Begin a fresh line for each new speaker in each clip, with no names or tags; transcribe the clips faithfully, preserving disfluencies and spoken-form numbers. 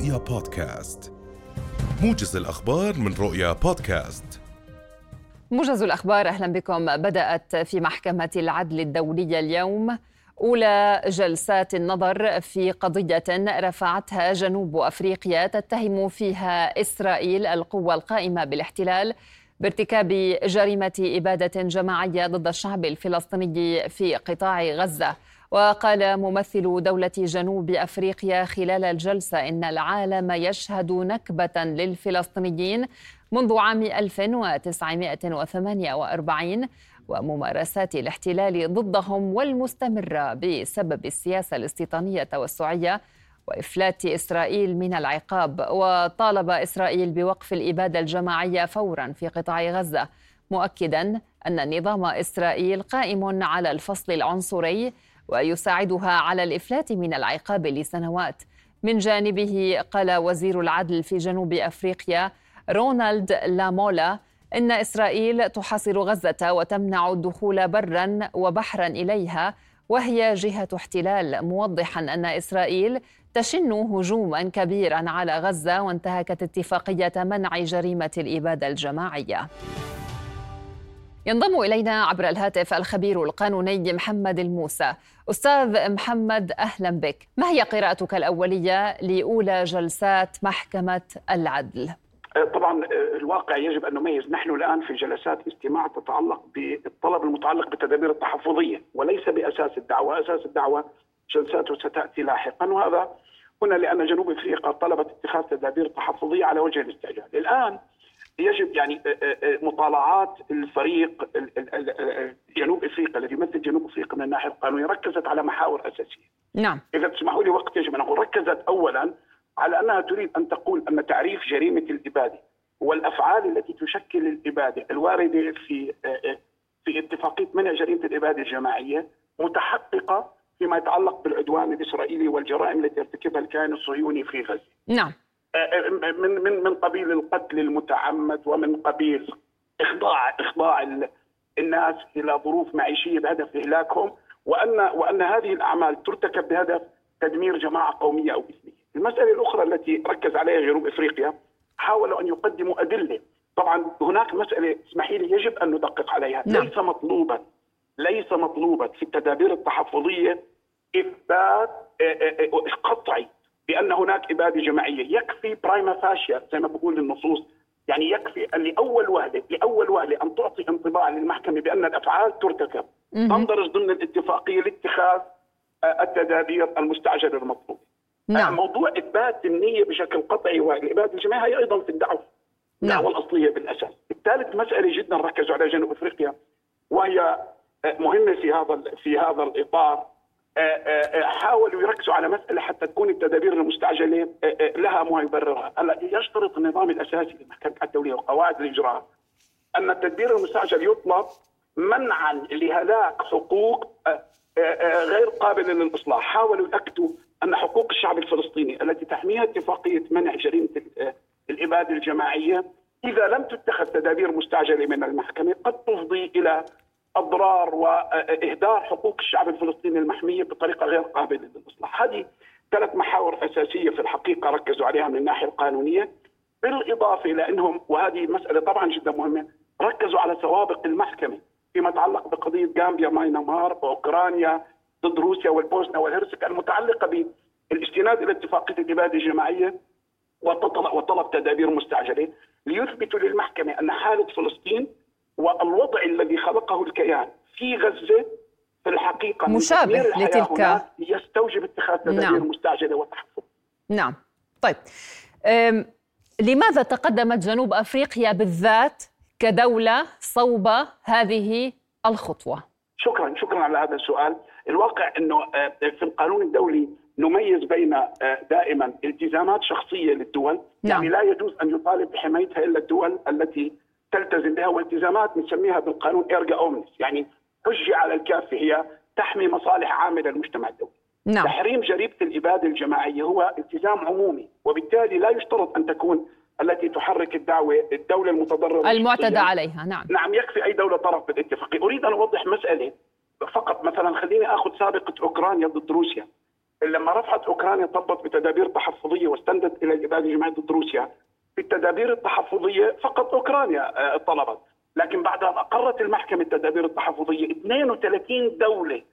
رؤيا بودكاست. موجز الأخبار من رؤيا بودكاست.
موجز الأخبار، أهلا بكم. بدأت في محكمة العدل الدولية اليوم أولى جلسات النظر في قضية رفعتها جنوب أفريقيا تتهم فيها إسرائيل القوى القائمة بالاحتلال بارتكاب جريمة إبادة جماعية ضد الشعب الفلسطيني في قطاع غزة. وقال ممثل دولة جنوب أفريقيا خلال الجلسة إن العالم يشهد نكبة للفلسطينيين منذ عام ألف وتسعمائة وثمانية وأربعين وممارسات الاحتلال ضدهم والمستمرة بسبب السياسة الاستيطانية التوسعية وإفلات إسرائيل من العقاب. وطالب إسرائيل بوقف الإبادة الجماعية فورا في قطاع غزة، مؤكدا أن نظام إسرائيل قائم على الفصل العنصري ويساعدها على الإفلات من العقاب لسنوات. من جانبه قال وزير العدل في جنوب أفريقيا رونالد لامولا إن إسرائيل تحاصر غزة وتمنع الدخول برا وبحرا إليها وهي جهة احتلال، موضحا أن إسرائيل تشن هجوما كبيرا على غزة وانتهكت اتفاقية منع جريمة الإبادة الجماعية. ينضم إلينا عبر الهاتف الخبير القانوني محمد الموسى. أستاذ محمد، أهلا بك. ما هي قراءتك الأولية لأولى جلسات محكمة العدل؟
طبعا الواقع يجب أن نميز. نحن الآن في جلسات استماع تتعلق بالطلب المتعلق بالتدابير التحفظية وليس بأساس الدعوة. أساس الدعوة جلساته ستأتي لاحقا، وهذا هنا لأن جنوب أفريقيا طلبت اتخاذ تدابير تحفظية على وجه الاستعجال. الآن يجب يعني مطالعات الفريق جنوب أفريقيا الذي يمثل جنوب أفريقيا من الناحية القانونية ركزت على محاور أساسية.
نعم.
إذا تسمحوا لي وقت يجب أن أقول ركزت أولا على أنها تريد أن تقول أن تعريف جريمة الإبادة والأفعال التي تشكل الإبادة الواردة في في اتفاقية منع جريمة الإبادة الجماعية متحققة فيما يتعلق بالعدوان الإسرائيلي والجرائم التي يرتكبها الكيان الصهيوني في غزة.
نعم.
من من من قبيل القتل المتعمد ومن قبيل إخضاع إخضاع الناس إلى ظروف معيشية بهدف إهلاكهم، وأن وأن هذه الأعمال ترتكب بهدف تدمير جماعة قومية أو إثنية. المسألة الأخرى التي ركز عليها جنوب أفريقيا حاولوا أن يقدموا أدلة. طبعا هناك مسألة اسمحي لي يجب أن ندقق عليها.
نعم.
ليس مطلوبا ليس مطلوبا في التدابير التحفظية إثبات قطعي بأن هناك إبادة جماعية. يكفي برايما فاشيا زي ما بقول النصوص، يعني يكفي أن لأول وهلة لأول وهلة أن تعطي انطباع للمحكمة بأن الأفعال ترتكب تندرج ضمن الاتفاقية لاتخاذ التدابير المستعجلة المطلوبة.
نعم.
موضوع إثبات النية بشكل قطعي والإبادة الجماعية هي أيضا في الدعوة الدعوة
نعم.
الأصلية بالأساس. الثالث مسألة جدا ركزوا عليها جنوب أفريقيا وهي مهمة في هذا في هذا الإطار. حاولوا يركزوا على مسألة حتى تكون التدابير المستعجلة لها ما يبررها. يشترط النظام الأساسي للمحكمة الدولية وقواعد الإجراء أن التدبير المستعجل يطلب منعا لهلاك حقوق غير قابلة للإصلاح. حاولوا يأكدوا أن حقوق الشعب الفلسطيني التي تحميها اتفاقية منع جريمة الإبادة الجماعية إذا لم تتخذ تدابير مستعجلة من المحكمة قد تفضي إلى أضرار وإهدار حقوق الشعب الفلسطيني المحمية بطريقة غير قابلة للإصلاح. هذه ثلاث محاور أساسية في الحقيقة ركزوا عليها من الناحية القانونية، بالإضافة إلى أنهم، وهذه مسألة طبعا جدا مهمة، ركزوا على سوابق المحكمة فيما يتعلق بقضية غامبيا ماينمار وأوكرانيا ضد روسيا والبوسنة والهرسك المتعلقة بالاستناد إلى اتفاقية الإبادة الجماعية وطلب تدابير مستعجلة ليثبتوا للمحكمة أن حالة فلسطين والوضع الذي خلقه الكيان في غزة في الحقيقة
مشابه لتلك،
يستوجب اتخاذ تدابير نعم. مستعجلة وتحفظ.
نعم. طيب، لماذا تقدمت جنوب أفريقيا بالذات كدولة صوب هذه الخطوة؟
شكرا شكرا على هذا السؤال. الواقع أنه في القانون الدولي نميز بين دائما التزامات شخصية للدول، نعم. يعني لا يجوز أن يطالب بحمايتها إلا الدول التي تلتزم بها، والتزامات نسميها بالقانون إرجا أومنس، يعني حجة على الكافة، هي تحمي مصالح عامة للمجتمع الدولي.
نعم.
تحريم جريمة الإبادة الجماعية هو التزام عمومي، وبالتالي لا يشترط أن تكون التي تحرك الدعوة الدولة المتضررة
المعتدى عليها. نعم
نعم يكفي أي دولة طرف بالاتفاقية. أريد أن أوضح مسألة فقط. مثلا خليني أخذ سابقة أوكرانيا ضد روسيا. لما رفعت اوكرانيا طلبت بتدابير تحفظيه واستندت الى الاباده الجماعيه ضد روسيا. في التدابير التحفظيه فقط اوكرانيا طلبت، لكن بعد ان اقرت المحكمه التدابير التحفظيه اثنين وثلاثين دوله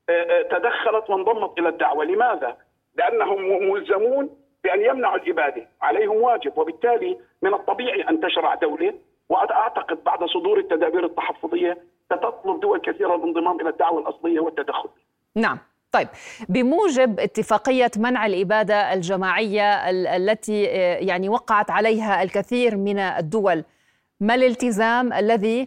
تدخلت وانضمت الى الدعوه. لماذا؟ لانهم ملزمون بان يمنعوا الاباده، عليهم واجب، وبالتالي من الطبيعي ان تشرع دوله، واعتقد بعد صدور التدابير التحفظيه ستطلب دول كثيره الانضمام الى الدعوه الاصليه والتدخل.
نعم. طيب، بموجب اتفاقية منع الإبادة الجماعية التي يعني وقعت عليها الكثير من الدول، ما الالتزام الذي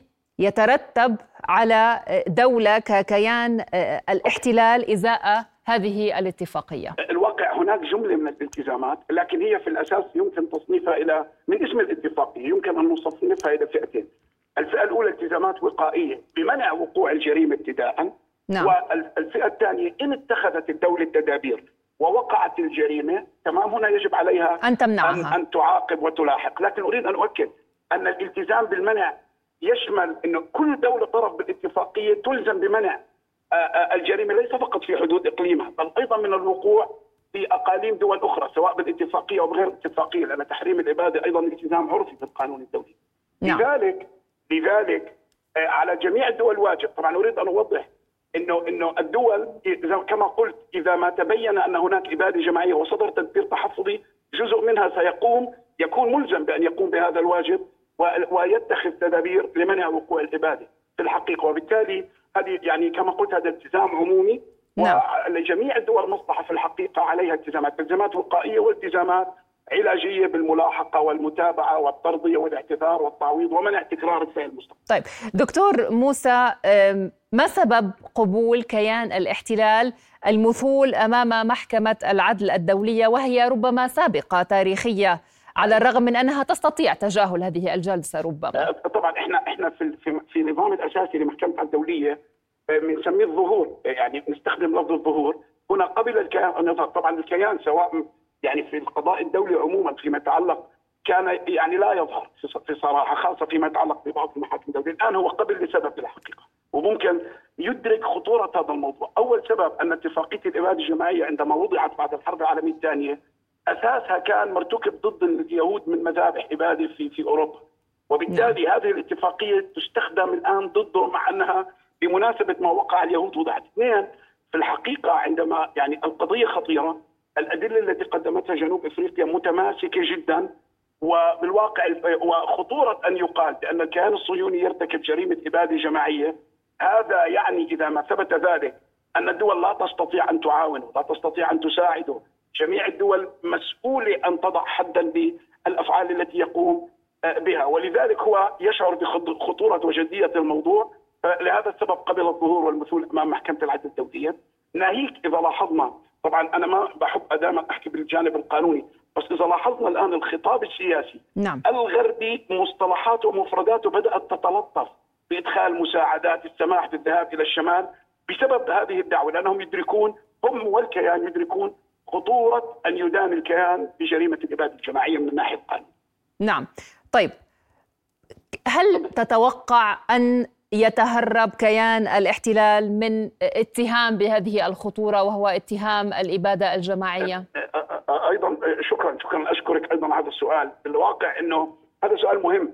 يترتب على دولة ككيان الاحتلال إزاء هذه الاتفاقية؟
الواقع هناك جملة من الالتزامات، لكن هي في الأساس يمكن تصنيفها إلى من اسم الاتفاقية يمكن أن نصنفها إلى فئتين. الفئة الأولى التزامات وقائية بمنع وقوع الجريمة ابتداءً.
نعم.
والفئة الثانية إن اتخذت الدولة التدابير ووقعت الجريمة، تمام، هنا يجب عليها
أن تمنعها،
أن, أن تعاقب وتلاحق. لكن أريد أن أؤكد أن الالتزام بالمنع يشمل أن كل دولة طرف بالاتفاقية تلزم بمنع الجريمة ليس فقط في حدود إقليمها، بل أيضا من الوقوع في أقاليم دول أخرى سواء بالاتفاقية أو بغير الاتفاقية، لأن تحريم الإبادة أيضا التزام عرفي في القانون الدولي. نعم. لذلك لذلك على جميع الدول واجب. طبعا أريد أن أوضح انه انه الدول كما قلت اذا ما تبين ان هناك اباده جماعيه وصدر تدبير تحفظي، جزء منها سيقوم يكون ملزم بان يقوم بهذا الواجب ويتخذ تدابير لمنع وقوع الاباده في الحقيقه، وبالتالي هذه يعني كما قلت هذا التزام عمومي. نعم. ولجميع الدول مصلحه في الحقيقه عليها التزامات، التزامات وقائيه والتزامات علاجيه بالملاحقه والمتابعه والترضيه والاعتذار والتعويض ومنع تكرار الفعل المستقبل.
طيب دكتور موسى، ما سبب قبول كيان الاحتلال المثول امام محكمه العدل الدوليه وهي ربما سابقه تاريخيه على الرغم من انها تستطيع تجاهل هذه الجلسه ربما؟
طبعا احنا احنا في في في النظام الاساسي لمحكمه الدوليه بنسميه الظهور، يعني نستخدم لفظ الظهور. هنا قبل الكيان، طبعا الكيان سواء يعني في القضاء الدولي عموما فيما يتعلق كان يعني لا يظهر في صراحه، خاصه فيما يتعلق ببعض المحاكم الدوليه. الان هو قبل لسبب بالحقيقه، وممكن يدرك خطوره هذا الموضوع. اول سبب ان اتفاقيه الاباده الجماعيه عندما وضعت بعد الحرب العالميه الثانيه اساسها كان مرتكب ضد اليهود من مذابح اباده في في اوروبا، وبالتالي هذه الاتفاقيه تستخدم الان ضده مع انها بمناسبه ما وقع اليهود وضعت. اثنين، في الحقيقه عندما يعني القضيه خطيره، الادله التي قدمتها جنوب افريقيا متماسكه جدا، وبالواقع وخطوره ان يقال بان الكيان الصهيوني يرتكب جريمه اباده جماعيه، هذا يعني اذا ما ثبت ذلك ان الدول لا تستطيع ان تعاونه، لا تستطيع ان تساعده. جميع الدول مسؤوله ان تضع حدا بالافعال التي يقوم بها، ولذلك هو يشعر بخطوره وجديه الموضوع. لهذا السبب قبل الظهور والمثول امام محكمه العدل الدوليه. ناهيك اذا لاحظنا، طبعا انا ما بحب دائما احكي بالجانب القانوني، بس اذا لاحظنا الان الخطاب السياسي
نعم.
الغربي مصطلحاته ومفرداته بدات تتلطف بادخال مساعدات، السماح بالذهاب الى الشمال بسبب هذه الدعوه، لانهم يدركون هم والكيان يدركون خطوره ان يدان الكيان بجريمه الاباده الجماعيه من الناحيه القانونيه.
نعم. طيب، هل تتوقع ان يتهرب كيان الاحتلال من اتهام بهذه الخطورة وهو اتهام الإبادة الجماعية؟
أيضا شكرا شكرا أشكرك أيضا على هذا السؤال. الواقع أنه هذا سؤال مهم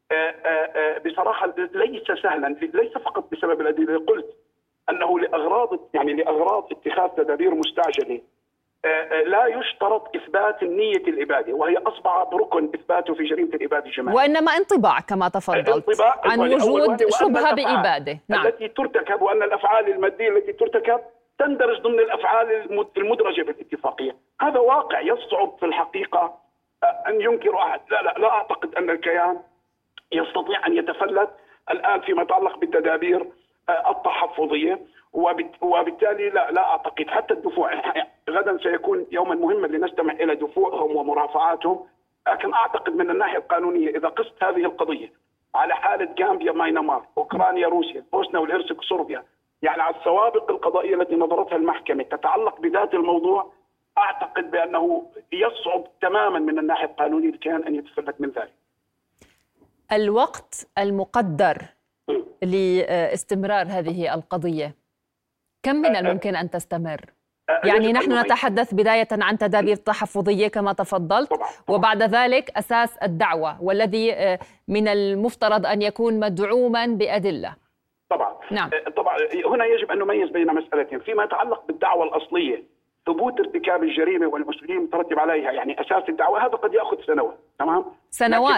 بصراحة، ليس سهلا، ليس فقط بسبب الأدلة. قلت أنه لأغراض يعني لأغراض اتخاذ تدابير مستعجلة لا يشترط إثبات النية الإبادة، وهي أصبحت ركن إثباته في جريمة الإبادة الجماعية،
وإنما انطباع كما تفضلت عن وجود شبهة بإبادة.
نعم. التي ترتكب، وأن الأفعال المادية التي ترتكب تندرج ضمن الأفعال المدرجة بالاتفاقية. هذا واقع يصعب في الحقيقة أن ينكر أحد. لا لا لا أعتقد أن الكيان يستطيع أن يتفلت الآن فيما يتعلق بالتدابير التحفظية، وبالتالي لا لا أعتقد حتى الدفوع. غدا سيكون يوما مهما لنستمع إلى دفوعهم ومرافعاتهم، لكن أعتقد من الناحية القانونية إذا قست هذه القضية على حالة غامبيا، ماينمار، أوكرانيا، روسيا، بوسنا والهرسك، صربيا، يعني على السوابق القضائية التي نظرتها المحكمة تتعلق بذات الموضوع، أعتقد بأنه يصعب تماما من الناحية القانونية للكيان أن يتفلت من ذلك.
الوقت المقدر لاستمرار هذه القضية كم من الممكن أن تستمر؟ يعني نحن نتحدث بداية عن تدابير تحفظية كما تفضلت.
طبعاً. طبعاً.
وبعد ذلك أساس الدعوة والذي من المفترض أن يكون مدعوما بأدلة.
طبعا.
نعم.
طبعا هنا يجب أن نميز بين مسألتين فيما يتعلق بالدعوة الأصلية، ثبوت ارتكاب الجريمة والمسؤولين المترتب عليها، يعني أساس الدعوة هذا قد يأخذ سنوات. تمام.
سنوات.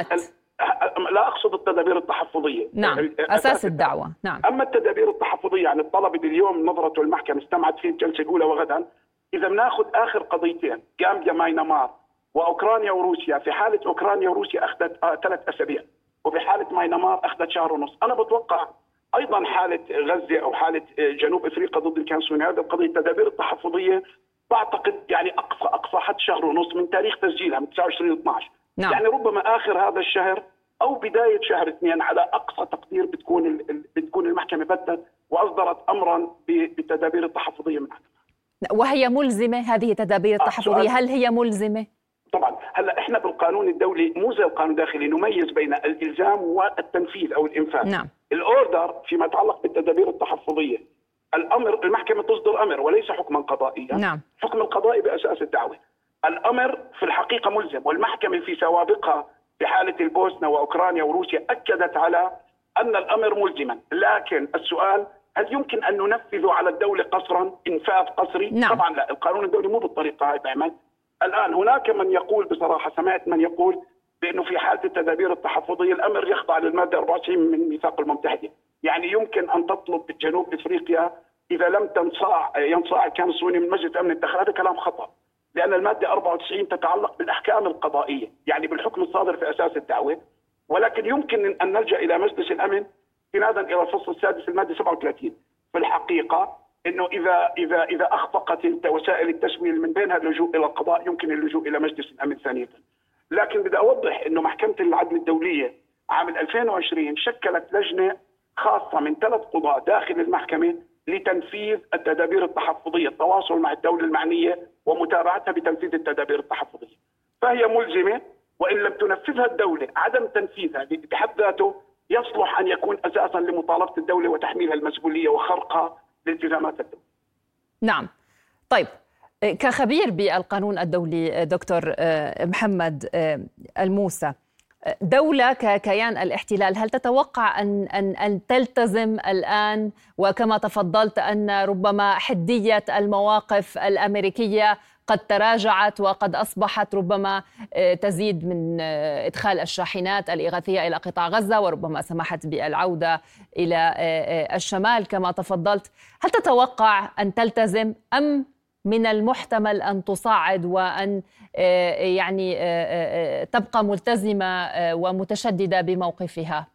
لا أقصد التدابير التحفظية.
نعم. أساس, أساس الدعوة. نعم.
أما التدابير التحفظية يعني الطلب اليوم نظرته المحكمة استمعت فيه الجلسة الأولى وغدا، إذا بناخذ آخر قضيتين غامبيا ماينمار وأوكرانيا وروسيا، في حالة أوكرانيا وروسيا أخذت آه ثلاث أسابيع وفي حالة ماينمار أخذت شهر ونص. أنا بتوقع أيضا حالة غزة أو حالة جنوب أفريقيا ضد الكيان الصهيوني هذه القضية التدابير التحفظية بعتقد يعني أقصى أقصى حد شهر ونص من تاريخ تسجيلها من تسعة وعشرين اثناشر.
نعم.
يعني ربما آخر هذا الشهر أو بداية شهر اثنين على أقصى تقدير بتكون بتكون المحكمة بدت وأصدرت أمرا بالتدابير التحفظية من عندها.
وهي ملزمة هذه التدابير التحفظية؟ هل هي ملزمة؟
طبعا. هلا احنا بالقانون الدولي مو زي القانون الداخلي نميز بين الالزام والتنفيذ او الانفاذ.
نعم.
الاوردر فيما يتعلق بالتدابير التحفظيه الامر المحكمه تصدر امر وليس حكما قضائيا.
نعم.
حكم القضائي باساس الدعوه. الامر في الحقيقه ملزم، والمحكمه في سوابقها في حاله البوسنه واوكرانيا وروسيا اكدت على ان الامر ملزما، لكن السؤال هل يمكن ان ننفذه على الدوله قصرا انفاذ قصري؟
نعم.
طبعا لا، القانون الدولي مو بالطريقه هاي بعمل. الآن هناك من يقول بصراحة سمعت من يقول بأنه في حالة التدابير التحفظية الأمر يخضع للمادة أربعة وتسعين من الميثاق المتحدة، يعني يمكن أن تطلب جنوب أفريقيا إذا لم تنصاع ينصاع الكيان الصهيوني من مجلس أمن الداخل. هذا كلام خطأ، لأن المادة أربعة وتسعين تتعلق بالأحكام القضائية يعني بالحكم الصادر في أساس الدعوة، ولكن يمكن أن نلجأ إلى مجلس الأمن استنادا إلى الفصل السادس المادة سبعة وثلاثين. في الحقيقة انه اذا اذا اذا اخفقت وسائل التسويل من بينها اللجوء الى القضاء يمكن اللجوء الى مجلس الامن ثانيه. لكن بدي اوضح انه محكمه العدل الدوليه عام ألفين وعشرين شكلت لجنه خاصه من ثلاث قضاة داخل المحكمه لتنفيذ التدابير التحفظيه، التواصل مع الدوله المعنيه ومتابعتها بتنفيذ التدابير التحفظيه. فهي ملزمه، وان لم تنفذها الدوله عدم تنفيذها بحد ذاته يصلح ان يكون اساسا لمطالبه الدوله وتحميلها المسؤوليه وخرقها لالتزامات الدولة.
نعم. طيب، كخبير بالقانون الدولي دكتور محمد الموسى، دولة ككيان الاحتلال هل تتوقع أن أن أن تلتزم الآن، وكما تفضلت أن ربما حدية المواقف الأمريكية قد تراجعت وقد أصبحت ربما تزيد من إدخال الشاحنات الإغاثية إلى قطاع غزة وربما سمحت بالعودة إلى الشمال كما تفضلت، هل تتوقع أن تلتزم أم من المحتمل أن تصاعد وأن يعني تبقى ملتزمة ومتشددة بموقفها؟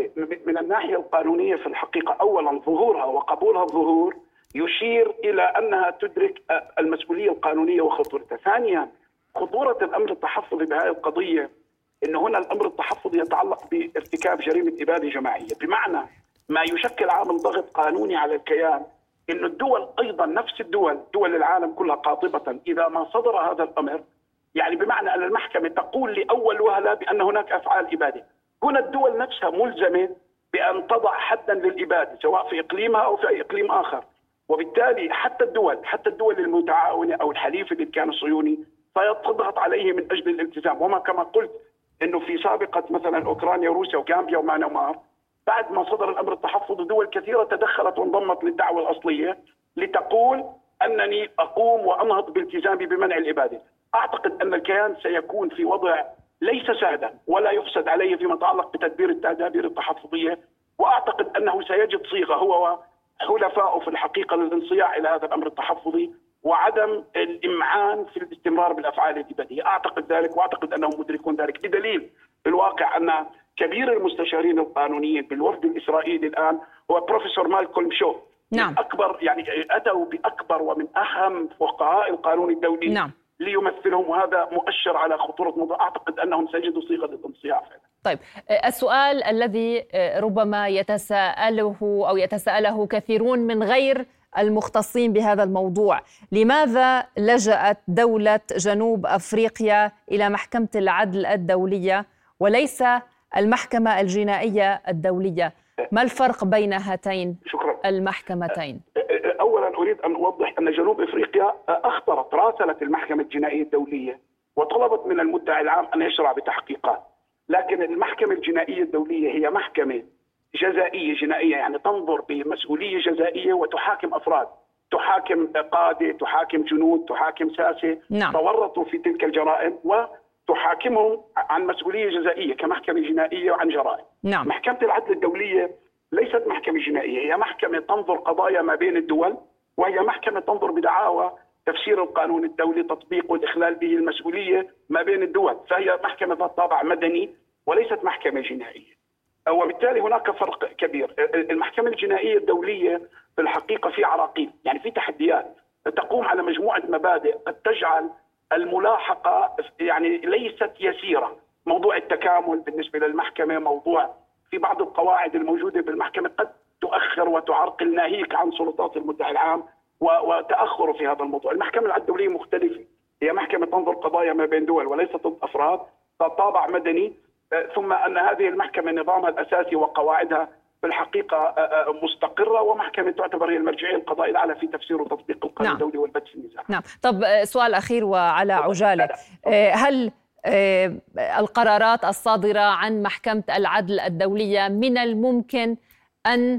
من الناحية القانونية في الحقيقة أولا ظهورها وقبولها الظهور يشير إلى أنها تدرك المسؤولية القانونية وخطورتها. ثانيا خطورة الأمر التحفظي بهذه القضية أن هنا الأمر التحفظي يتعلق بارتكاب جريمة إبادة جماعية، بمعنى ما يشكل عامل ضغط قانوني على الكيان أن الدول أيضا نفس الدول دول العالم كلها قاطبة إذا ما صدر هذا الأمر، يعني بمعنى أن المحكمة تقول لأول وهلة بأن هناك أفعال إبادة، هنا الدول نفسها ملزمة بأن تضع حدا للإبادة سواء في إقليمها أو في أي إقليم آخر، وبالتالي حتى الدول حتى الدول المتعاونة أو الحليفة للكيان الصهيوني فتضغط عليه من أجل الالتزام. وما كما قلت أنه في سابقة مثلا أوكرانيا وروسيا وغامبيا وماينمار بعد ما صدر الأمر التحفظي دول كثيرة تدخلت وانضمت للدعوة الأصلية لتقول أنني أقوم وأنهض بالتزامي بمنع الإبادة. أعتقد أن الكيان سيكون في وضع ليس سهلا ولا يحسد عليه فيما يتعلق بتدبير التدابير التحفظية، وأعتقد أنه سيجد صيغة هو وحلفائه في الحقيقة للانصياع إلى هذا الأمر التحفظي وعدم الإمعان في الاستمرار بالأفعال الإبادية. أعتقد ذلك وأعتقد أنهم مدركون ذلك، بدليل بالواقع أن كبير المستشارين القانونيين بالوفد الإسرائيلي الآن هو بروفيسور مالكولم شو.
نعم.
أكبر يعني أتوا بأكبر ومن أهم فقهاء القانون الدولي.
نعم.
ليمثلهم، وهذا مؤشر على خطورة الموضوع. أعتقد أنهم سيجدوا صيغة للانصياع فعلا.
طيب، السؤال الذي ربما يتساءله أو يتساءله كثيرون من غير المختصين بهذا الموضوع، لماذا لجأت دولة جنوب أفريقيا إلى محكمة العدل الدولية وليس المحكمة الجنائية الدولية؟ ما الفرق بين هاتين
شكرا.
المحكمتين؟
أولا أريد أن أوضح أن جنوب إفريقيا أخطرت راسلت المحكمة الجنائية الدولية وطلبت من المدعي العام أن يشرع بتحقيقات، لكن المحكمة الجنائية الدولية هي محكمة جزائية جنائية، يعني تنظر بمسؤولية جزائية وتحاكم أفراد، تحاكم قادة، تحاكم جنود، تحاكم ساسة
نعم.
تورطوا في تلك الجرائم وتحاكمهم عن مسؤولية جزائية كمحكمة جنائية وعن جرائم.
نعم.
محكمة العدل الدولية ليست محكمة جنائية، هي محكمة تنظر قضايا ما بين الدول، وهي محكمة تنظر بدعاوى تفسير القانون الدولي، تطبيق والإخلال به المسؤولية ما بين الدول، فهي محكمة ذات طابع مدني وليست محكمة جنائية. وبالتالي هناك فرق كبير. المحكمة الجنائية الدولية في الحقيقة في عراقيل، يعني في تحديات تقوم على مجموعة مبادئ قد تجعل الملاحقة يعني ليست يسيرة. موضوع التكامل بالنسبة للمحكمة، موضوع في بعض القواعد الموجودة بالمحكمة قد تؤخر وتعرقل ناهيك عن سلطات المدعي العام وتأخره في هذا الموضوع. المحكمة العدل الدولية مختلفة، هي محكمة تنظر قضايا ما بين دول وليست ضد أفراد، طابع مدني، ثم أن هذه المحكمة نظامها الأساسي وقواعدها في الحقيقة مستقرة، ومحكمة تعتبر هي المرجعية القضائية الأعلى في تفسير وتطبيق القانون
نعم.
الدولي والبت في النزاع.
نعم. طب سؤال أخير وعلى عجالة، هل القرارات الصادرة عن محكمة العدل الدولية من الممكن أن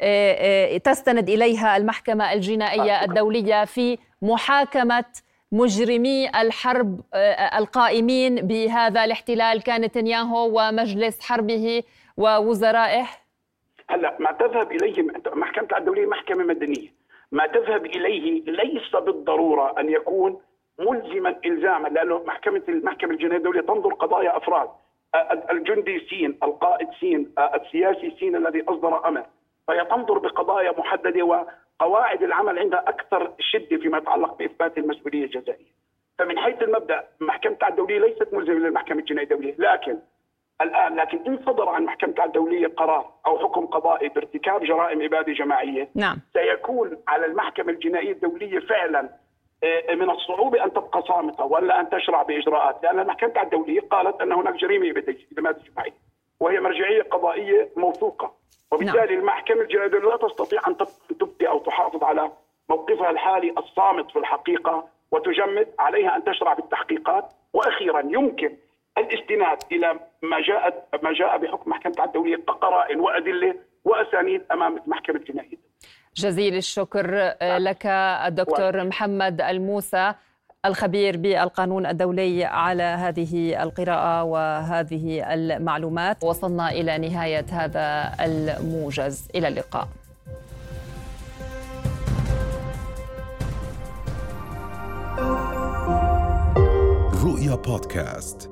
تستند إليها المحكمة الجنائية الدولية في محاكمة مجرمي الحرب القائمين بهذا الاحتلال كنتنياهو ومجلس حربه ووزرائه؟
هلا ما تذهب إليه محكمة العدل الدولية محكمة مدنية، ما تذهب إليه ليس بالضرورة أن يكون ملزما إلزاما، لأنه محكمة المحكمة الجنائية الدولية تنظر قضايا أفراد، الجندي سين، القائد سين، السياسي سين الذي أصدر أمر، فهي تنظر بقضايا محددة، وقواعد العمل عندها أكثر شدة فيما يتعلق بإثبات المسؤولية الجزائية. فمن حيث المبدأ محكمة العدل الدولية ليست ملزمة للمحكمة الجنائية الدولية، لكن الآن لكن إن صدر عن محكمة العدل الدولية قرار أو حكم قضائي بارتكاب جرائم إبادة جماعية،
نعم.
سيكون على المحكمة الجنائية الدولية فعلا من الصعوبة أن تبقى صامتة ولا أن تشرع بإجراءات، لأن المحكمة العدل الدولية قالت أن هناك جريمة إبادة جماعية وهي مرجعية قضائية موثوقة، وبالتالي نعم. المحكمة الجنائية الدولية لا تستطيع أن تبقي أو تحافظ على موقفها الحالي الصامت في الحقيقة وتجمد، عليها أن تشرع بالتحقيقات. وأخيرا يمكن الاستناد إلى ما جاءت ما جاء بحكم محكمة العدل الدولية كقرائن وأدلة وأسانيد أمام المحكمة الجنائية.
جزيل الشكر لك الدكتور محمد الموسى، الخبير بالقانون الدولي، على هذه القراءة وهذه المعلومات. وصلنا إلى نهاية هذا الموجز، إلى اللقاء.
رؤيا بودكاست.